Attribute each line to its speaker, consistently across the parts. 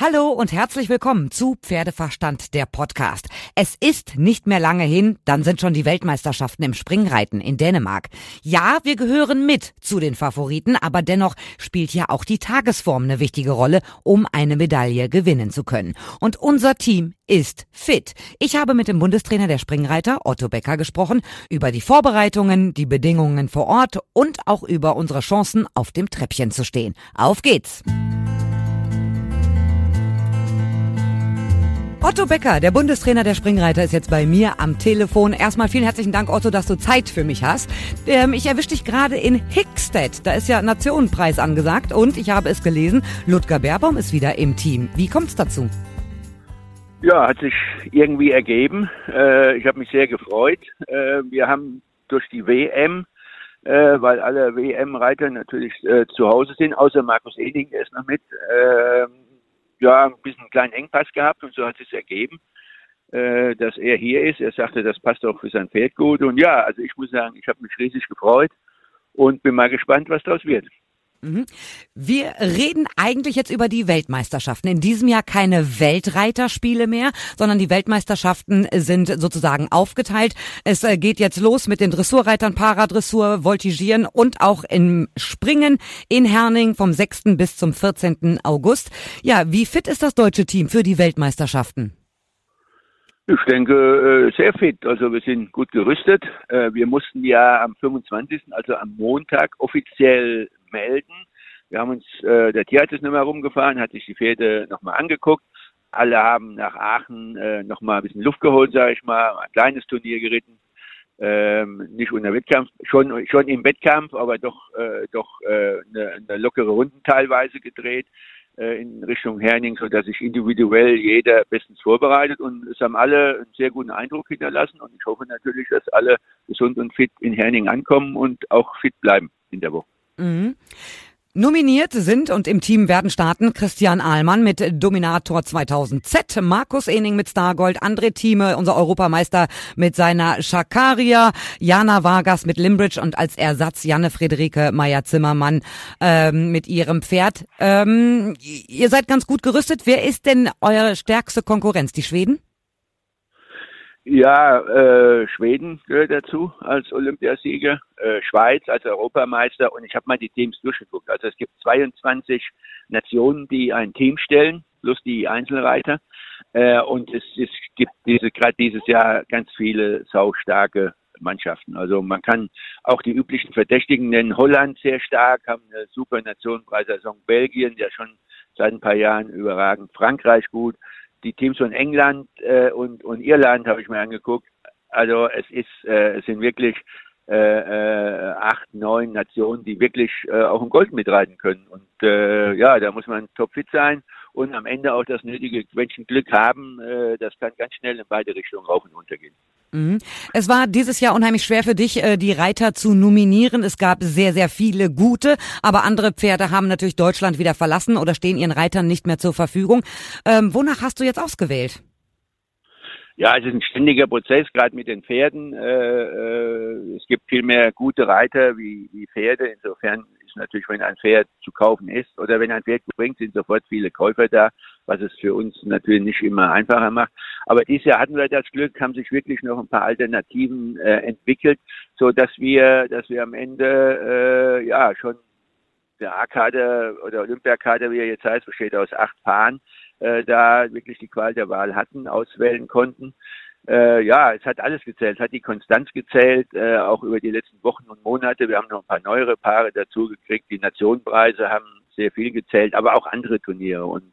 Speaker 1: Hallo und herzlich willkommen zu Pferdeverstand, der Podcast. Es ist nicht mehr lange hin, dann sind schon die Weltmeisterschaften im Springreiten in Dänemark. Ja, wir gehören mit zu den Favoriten, aber dennoch spielt ja auch die Tagesform eine wichtige Rolle, um eine Medaille gewinnen zu können. Und unser Team ist fit. Ich habe mit dem Bundestrainer der Springreiter, Otto Becker, gesprochen über die Vorbereitungen, die Bedingungen vor Ort und auch über unsere Chancen, auf dem Treppchen zu stehen. Auf geht's! Otto Becker, der Bundestrainer der Springreiter, ist jetzt bei mir am Telefon. Erstmal vielen herzlichen Dank, Otto, dass du Zeit für mich hast. Ich erwische dich gerade in Hickstead. Da ist ja Nationenpreis angesagt und ich habe es gelesen, Ludger Beerbaum ist wieder im Team. Wie kommt's dazu?
Speaker 2: Ja, hat sich irgendwie ergeben. Ich habe mich sehr gefreut. Wir haben durch die WM, weil alle WM-Reiter natürlich zu Hause sind, außer Markus Ening, der ist noch mit, ein bisschen einen kleinen Engpass gehabt und so hat es sich ergeben, dass er hier ist. Er sagte, das passt auch für sein Pferd gut. Und ja, also ich muss sagen, ich habe mich riesig gefreut und bin mal gespannt, was daraus wird.
Speaker 1: Wir reden eigentlich jetzt über die Weltmeisterschaften. In diesem Jahr keine Weltreiterspiele mehr, sondern die Weltmeisterschaften sind sozusagen aufgeteilt. Es geht jetzt los mit den Dressurreitern, Paradressur, Voltigieren und auch im Springen in Herning vom 6. bis zum 14. August. Ja, wie fit ist das deutsche Team für die Weltmeisterschaften?
Speaker 2: Ich denke, sehr fit. Also wir sind gut gerüstet. Wir mussten ja am 25., also am Montag, offiziell melden. Wir haben uns, der Tierarzt ist nochmal rumgefahren, hat sich die Pferde nochmal angeguckt. Alle haben nach Aachen nochmal ein bisschen Luft geholt, sage ich mal, ein kleines Turnier geritten. Nicht unter Wettkampf, schon im Wettkampf, aber doch eine lockere Runden teilweise gedreht in Richtung Herning, so dass sich individuell jeder bestens vorbereitet, und es haben alle einen sehr guten Eindruck hinterlassen, und ich hoffe natürlich, dass alle gesund und fit in Herning ankommen und auch fit bleiben in der Woche.
Speaker 1: Mhm. Nominiert sind und im Team werden starten Christian Ahlmann mit Dominator 2000Z, Markus Ening mit Stargold, André Thieme, unser Europameister mit seiner Schakaria, Jana Vargas mit Limbridge und als Ersatz Janne-Friederike Meyer-Zimmermann mit ihrem Pferd. Ihr seid ganz gut gerüstet. Wer ist denn eure stärkste Konkurrenz? Die Schweden?
Speaker 2: Ja, Schweden gehört dazu als Olympiasieger, Schweiz als Europameister, und ich habe mal die Teams durchgeguckt. Also es gibt 22 Nationen, die ein Team stellen, plus die Einzelreiter, und es gibt gerade dieses Jahr ganz viele saustarke Mannschaften. Also man kann auch die üblichen Verdächtigen nennen. Holland sehr stark, haben eine super Nationenpreissaison. Belgien, ja schon seit ein paar Jahren überragend. Frankreich gut. Die Teams von England und Irland habe ich mir angeguckt. Also es sind wirklich 8, 9 Nationen, die wirklich auch im Gold mitreiten können. Und da muss man topfit sein und am Ende auch das nötige Quäntchen Glück haben. Das kann ganz schnell in beide Richtungen rauf und runter gehen.
Speaker 1: Es war dieses Jahr unheimlich schwer für dich, die Reiter zu nominieren. Es gab sehr, sehr viele gute, aber andere Pferde haben natürlich Deutschland wieder verlassen oder stehen ihren Reitern nicht mehr zur Verfügung. Wonach hast du jetzt ausgewählt?
Speaker 2: Ja, es ist ein ständiger Prozess, gerade mit den Pferden. Es gibt viel mehr gute Reiter wie Pferde. Insofern ist natürlich, wenn ein Pferd zu kaufen ist oder wenn ein Pferd bringt, sind sofort viele Käufer da, was es für uns natürlich nicht immer einfacher macht. Aber dieses Jahr hatten wir das Glück, haben sich wirklich noch ein paar Alternativen entwickelt, so dass wir am Ende schon der A-Kader oder Olympiakader, wie er jetzt heißt, besteht aus 8 Paaren, da wirklich die Qual der Wahl hatten, auswählen konnten. Es hat alles gezählt, es hat die Konstanz gezählt, auch über die letzten Wochen und Monate. Wir haben noch ein paar neuere Paare dazu gekriegt. Die Nationenpreise haben sehr viel gezählt, aber auch andere Turniere. Und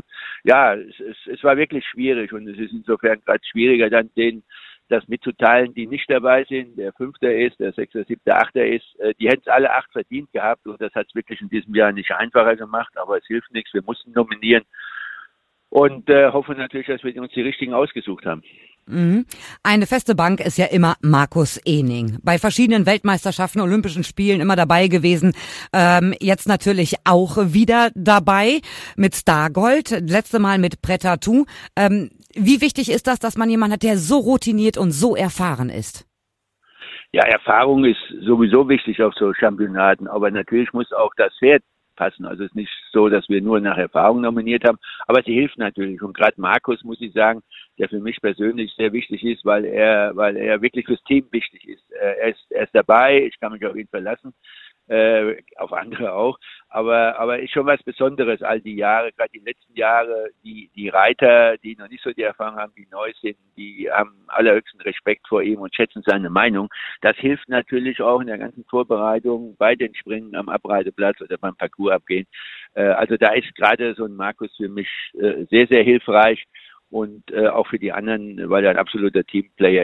Speaker 2: es war wirklich schwierig, und es ist insofern gerade schwieriger, dann denen das mitzuteilen, die nicht dabei sind, der 5. ist, der 6., 7., 8. ist. Die hätten es alle 8 verdient gehabt, und das hat es wirklich in diesem Jahr nicht einfacher gemacht, aber es hilft nichts, wir mussten nominieren. Und hoffe natürlich, dass wir uns die richtigen ausgesucht haben.
Speaker 1: Eine feste Bank ist ja immer Markus Ening. Bei verschiedenen Weltmeisterschaften, Olympischen Spielen immer dabei gewesen. Jetzt natürlich auch wieder dabei mit Stargold. Letzte Mal mit Prêt-à-tout. Wie wichtig ist das, dass man jemanden hat, der so routiniert und so erfahren ist?
Speaker 2: Ja, Erfahrung ist sowieso wichtig auf so Championaten. Aber natürlich muss auch das Pferd passen. Also es ist nicht so, dass wir nur nach Erfahrung nominiert haben, aber sie hilft natürlich. Und gerade Markus, muss ich sagen, der für mich persönlich sehr wichtig ist, weil er wirklich fürs Team wichtig ist. Er ist dabei, ich kann mich auf ihn verlassen. Auf andere auch, aber ist schon was Besonderes all die Jahre, gerade die letzten Jahre, die Reiter, die noch nicht so die Erfahrung haben, die neu sind, die haben allerhöchsten Respekt vor ihm und schätzen seine Meinung. Das hilft natürlich auch in der ganzen Vorbereitung bei den Springen am Abreiteplatz oder beim Parcours abgehen. Also da ist gerade so ein Markus für mich sehr, sehr hilfreich. Und auch für die anderen, weil er ein absoluter Teamplayer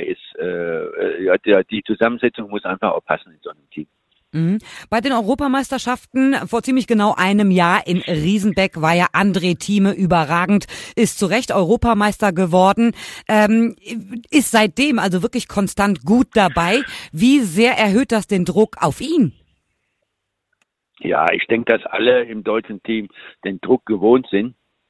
Speaker 2: ist. Die Zusammensetzung muss einfach auch passen in so einem Team.
Speaker 1: Bei den Europameisterschaften vor ziemlich genau einem Jahr in Riesenbeck war ja André Thieme überragend, ist zu Recht Europameister geworden, ist seitdem also wirklich konstant gut dabei. Wie sehr erhöht das den Druck auf ihn?
Speaker 2: Ja, ich denke, dass alle im deutschen Team den Druck gewohnt sind.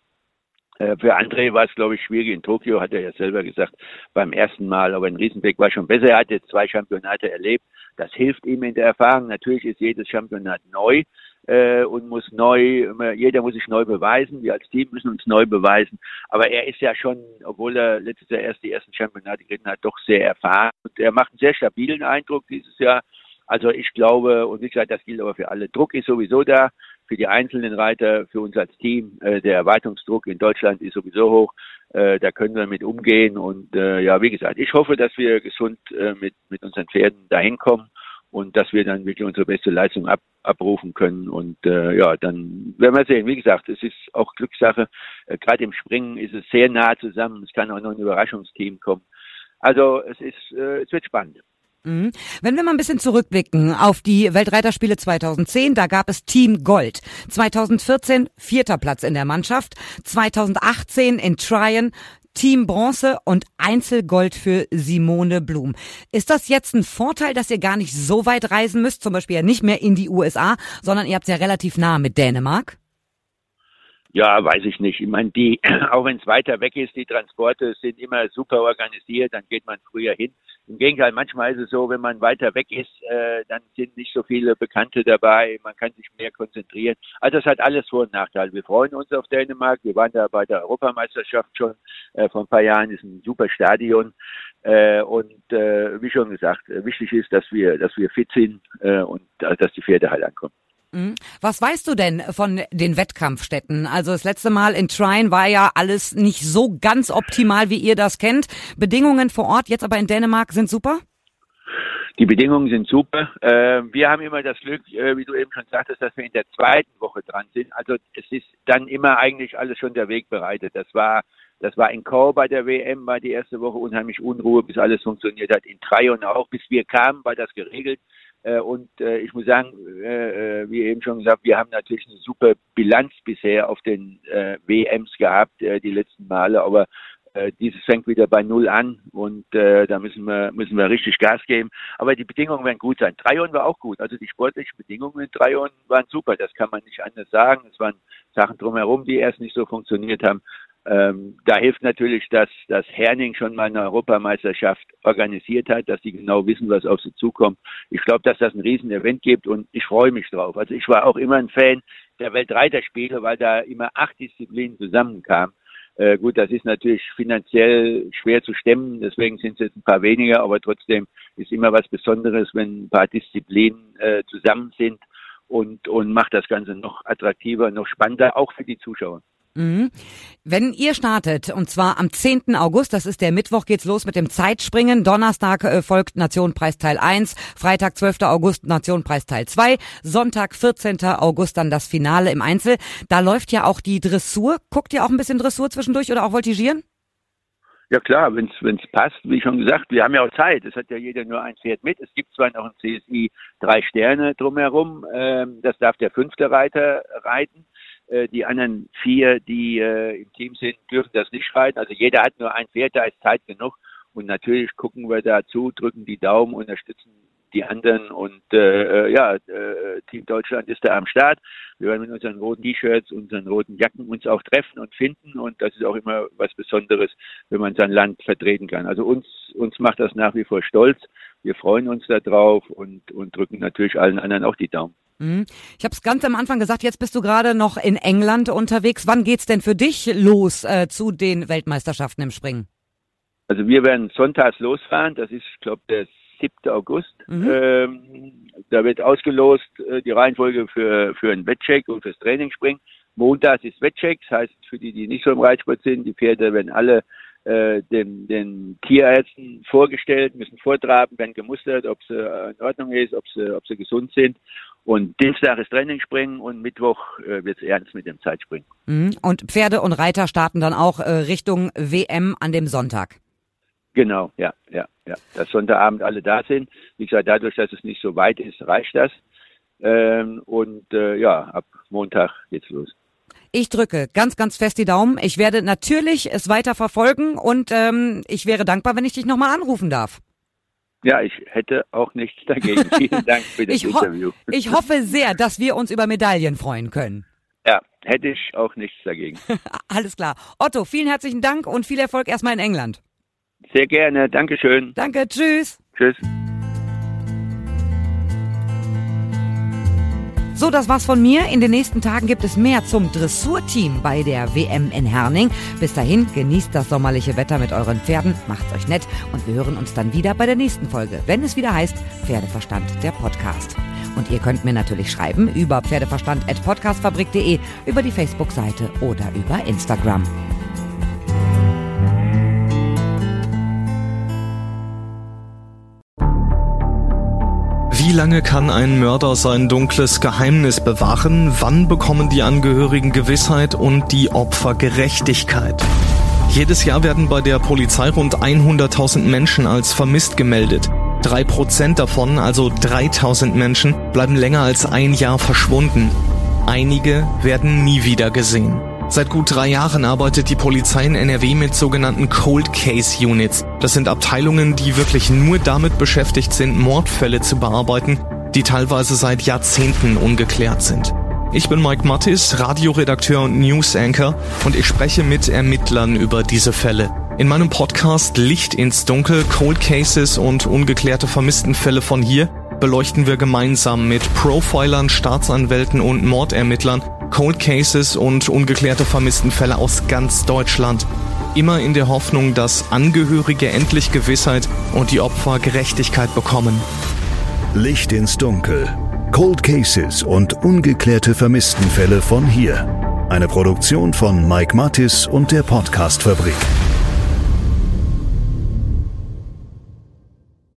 Speaker 2: Für André war es, glaube ich, schwierig. In Tokio hat er ja selber gesagt, beim ersten Mal, aber in Riesenbeck war schon besser. Er hat jetzt 2 Championate erlebt. Das hilft ihm in der Erfahrung. Natürlich ist jedes Championat neu und jeder muss sich neu beweisen. Wir als Team müssen uns neu beweisen. Aber er ist ja schon, obwohl er letztes Jahr erst die ersten Championate geritten hat, doch sehr erfahren. Und er macht einen sehr stabilen Eindruck dieses Jahr. Also ich glaube, und wie gesagt, das gilt aber für alle. Druck ist sowieso da. Für die einzelnen Reiter, für uns als Team, der Erwartungsdruck in Deutschland ist sowieso hoch, da können wir mit umgehen und ja, wie gesagt, ich hoffe, dass wir gesund mit unseren Pferden dahin kommen und dass wir dann wirklich unsere beste Leistung abrufen können und ja, dann werden wir sehen. Wie gesagt, es ist auch Glückssache, gerade im Springen ist es sehr nah zusammen, es kann auch noch ein Überraschungsteam kommen. Also es wird spannend.
Speaker 1: Wenn wir mal ein bisschen zurückblicken auf die Weltreiterspiele 2010, da gab es Team Gold. 2014 4. Platz in der Mannschaft. 2018 in Tryon Team Bronze und Einzelgold für Simone Blum. Ist das jetzt ein Vorteil, dass ihr gar nicht so weit reisen müsst, zum Beispiel ja nicht mehr in die USA, sondern ihr habt es ja relativ nah mit Dänemark?
Speaker 2: Ja, weiß ich nicht. Ich meine, auch wenn es weiter weg ist, die Transporte sind immer super organisiert, dann geht man früher hin. Im Gegenteil, manchmal ist es so, wenn man weiter weg ist, dann sind nicht so viele Bekannte dabei, man kann sich mehr konzentrieren. Also es hat alles Vor- und Nachteile. Wir freuen uns auf Dänemark, wir waren da bei der Europameisterschaft schon vor ein paar Jahren, ist ein super Stadion. Und wie schon gesagt, wichtig ist, dass wir fit sind und dass die Pferde halt ankommen.
Speaker 1: Was weißt du denn von den Wettkampfstätten? Also das letzte Mal in Tryon war ja alles nicht so ganz optimal, wie ihr das kennt. Bedingungen vor Ort, jetzt aber in Dänemark, sind super?
Speaker 2: Die Bedingungen sind super. Wir haben immer das Glück, wie du eben schon sagtest, dass wir in der 2. Woche dran sind. Also es ist dann immer eigentlich alles schon der Weg bereitet. Das war in Caen bei der WM, war die erste Woche unheimlich Unruhe, bis alles funktioniert hat. In Tryon auch, bis wir kamen, war das geregelt. Und ich muss sagen, wie eben schon gesagt, wir haben natürlich eine super Bilanz bisher auf den WMs gehabt, die letzten Male, aber dieses fängt wieder bei Null an und da müssen wir richtig Gas geben. Aber die Bedingungen werden gut sein. Tryon war auch gut, also die sportlichen Bedingungen in Tryon waren super, das kann man nicht anders sagen. Es waren Sachen drumherum, die erst nicht so funktioniert haben. Da hilft natürlich, dass Herning schon mal eine Europameisterschaft organisiert hat, dass sie genau wissen, was auf sie zukommt. Ich glaube, dass das ein Riesen-Event gibt und ich freue mich drauf. Also ich war auch immer ein Fan der Weltreiterspiele, weil da immer 8 Disziplinen zusammenkamen. Gut, das ist natürlich finanziell schwer zu stemmen, deswegen sind es jetzt ein paar weniger, aber trotzdem ist immer was Besonderes, wenn ein paar Disziplinen zusammen sind und macht das Ganze noch attraktiver, noch spannender, auch für die Zuschauer.
Speaker 1: Wenn ihr startet, und zwar am 10. August, das ist der Mittwoch, geht's los mit dem Zeitspringen. Donnerstag folgt Nationenpreis Teil 1, Freitag 12. August Nationenpreis Teil 2, Sonntag 14. August dann das Finale im Einzel. Da läuft ja auch die Dressur. Guckt ihr auch ein bisschen Dressur zwischendurch oder auch Voltigieren?
Speaker 2: Ja klar, wenn's passt, wie schon gesagt, wir haben ja auch Zeit. Es hat ja jeder nur ein Pferd mit. Es gibt zwar noch ein CSI 3 Sterne drumherum, das darf der 5. Reiter reiten. Die anderen 4, die im Team sind, dürfen das nicht reiten. Also jeder hat nur ein Pferd, da ist Zeit genug. Und natürlich gucken wir dazu, drücken die Daumen, unterstützen die anderen. Und Team Deutschland ist da am Start. Wir werden mit unseren roten T-Shirts, unseren roten Jacken uns auch treffen und finden. Und das ist auch immer was Besonderes, wenn man sein Land vertreten kann. Also uns macht das nach wie vor stolz. Wir freuen uns da drauf und drücken natürlich allen anderen auch die Daumen.
Speaker 1: Ich habe es ganz am Anfang gesagt, jetzt bist du gerade noch in England unterwegs. Wann geht's denn für dich los zu den Weltmeisterschaften im Springen?
Speaker 2: Also wir werden sonntags losfahren, das ist, ich glaube, der 7. August. Da wird ausgelost die Reihenfolge für einen Wettcheck und fürs Trainingsspringen. Montags ist Wettcheck, das heißt für die nicht so im Reitsport sind, die Pferde werden alle den Tierärzten vorgestellt, müssen vortraben, werden gemustert, ob sie in Ordnung ist, ob sie gesund sind. Und Dienstag ist Trainingsspringen und Mittwoch wird's ernst mit dem Zeitspringen.
Speaker 1: Und Pferde und Reiter starten dann auch Richtung WM an dem Sonntag.
Speaker 2: Genau, ja. Dass Sonntagabend alle da sind. Wie gesagt, dadurch, dass es nicht so weit ist, reicht das. Ab Montag geht's los.
Speaker 1: Ich drücke ganz, ganz fest die Daumen. Ich werde natürlich es weiter verfolgen und ich wäre dankbar, wenn ich dich nochmal anrufen darf.
Speaker 2: Ja, ich hätte auch nichts dagegen. Vielen Dank für das Interview.
Speaker 1: Ich hoffe sehr, dass wir uns über Medaillen freuen können.
Speaker 2: Ja, hätte ich auch nichts dagegen.
Speaker 1: Alles klar. Otto, vielen herzlichen Dank und viel Erfolg erstmal in England.
Speaker 2: Sehr gerne. Dankeschön.
Speaker 1: Danke. Tschüss.
Speaker 2: Tschüss.
Speaker 1: So, das war's von mir. In den nächsten Tagen gibt es mehr zum Dressurteam bei der WM in Herning. Bis dahin, genießt das sommerliche Wetter mit euren Pferden, macht's euch nett und wir hören uns dann wieder bei der nächsten Folge, wenn es wieder heißt Pferdeverstand, der Podcast. Und ihr könnt mir natürlich schreiben über pferdeverstand@podcastfabrik.de, über die Facebook-Seite oder über Instagram.
Speaker 3: Wie lange kann ein Mörder sein dunkles Geheimnis bewahren? Wann bekommen die Angehörigen Gewissheit und die Opfer Gerechtigkeit? Jedes Jahr werden bei der Polizei rund 100.000 Menschen als vermisst gemeldet. 3% davon, also 3.000 Menschen, bleiben länger als ein Jahr verschwunden. Einige werden nie wieder gesehen. Seit gut 3 Jahren arbeitet die Polizei in NRW mit sogenannten Cold Case Units. Das sind Abteilungen, die wirklich nur damit beschäftigt sind, Mordfälle zu bearbeiten, die teilweise seit Jahrzehnten ungeklärt sind. Ich bin Mike Mattis, Radioredakteur und News-Anchor und ich spreche mit Ermittlern über diese Fälle. In meinem Podcast Licht ins Dunkel, Cold Cases und ungeklärte Vermisstenfälle von hier beleuchten wir gemeinsam mit Profilern, Staatsanwälten und Mordermittlern Cold Cases und ungeklärte Vermisstenfälle aus ganz Deutschland. Immer in der Hoffnung, dass Angehörige endlich Gewissheit und die Opfer Gerechtigkeit bekommen.
Speaker 4: Licht ins Dunkel. Cold Cases und ungeklärte Vermisstenfälle von hier. Eine Produktion von Mike Mattis und der Podcast-Fabrik.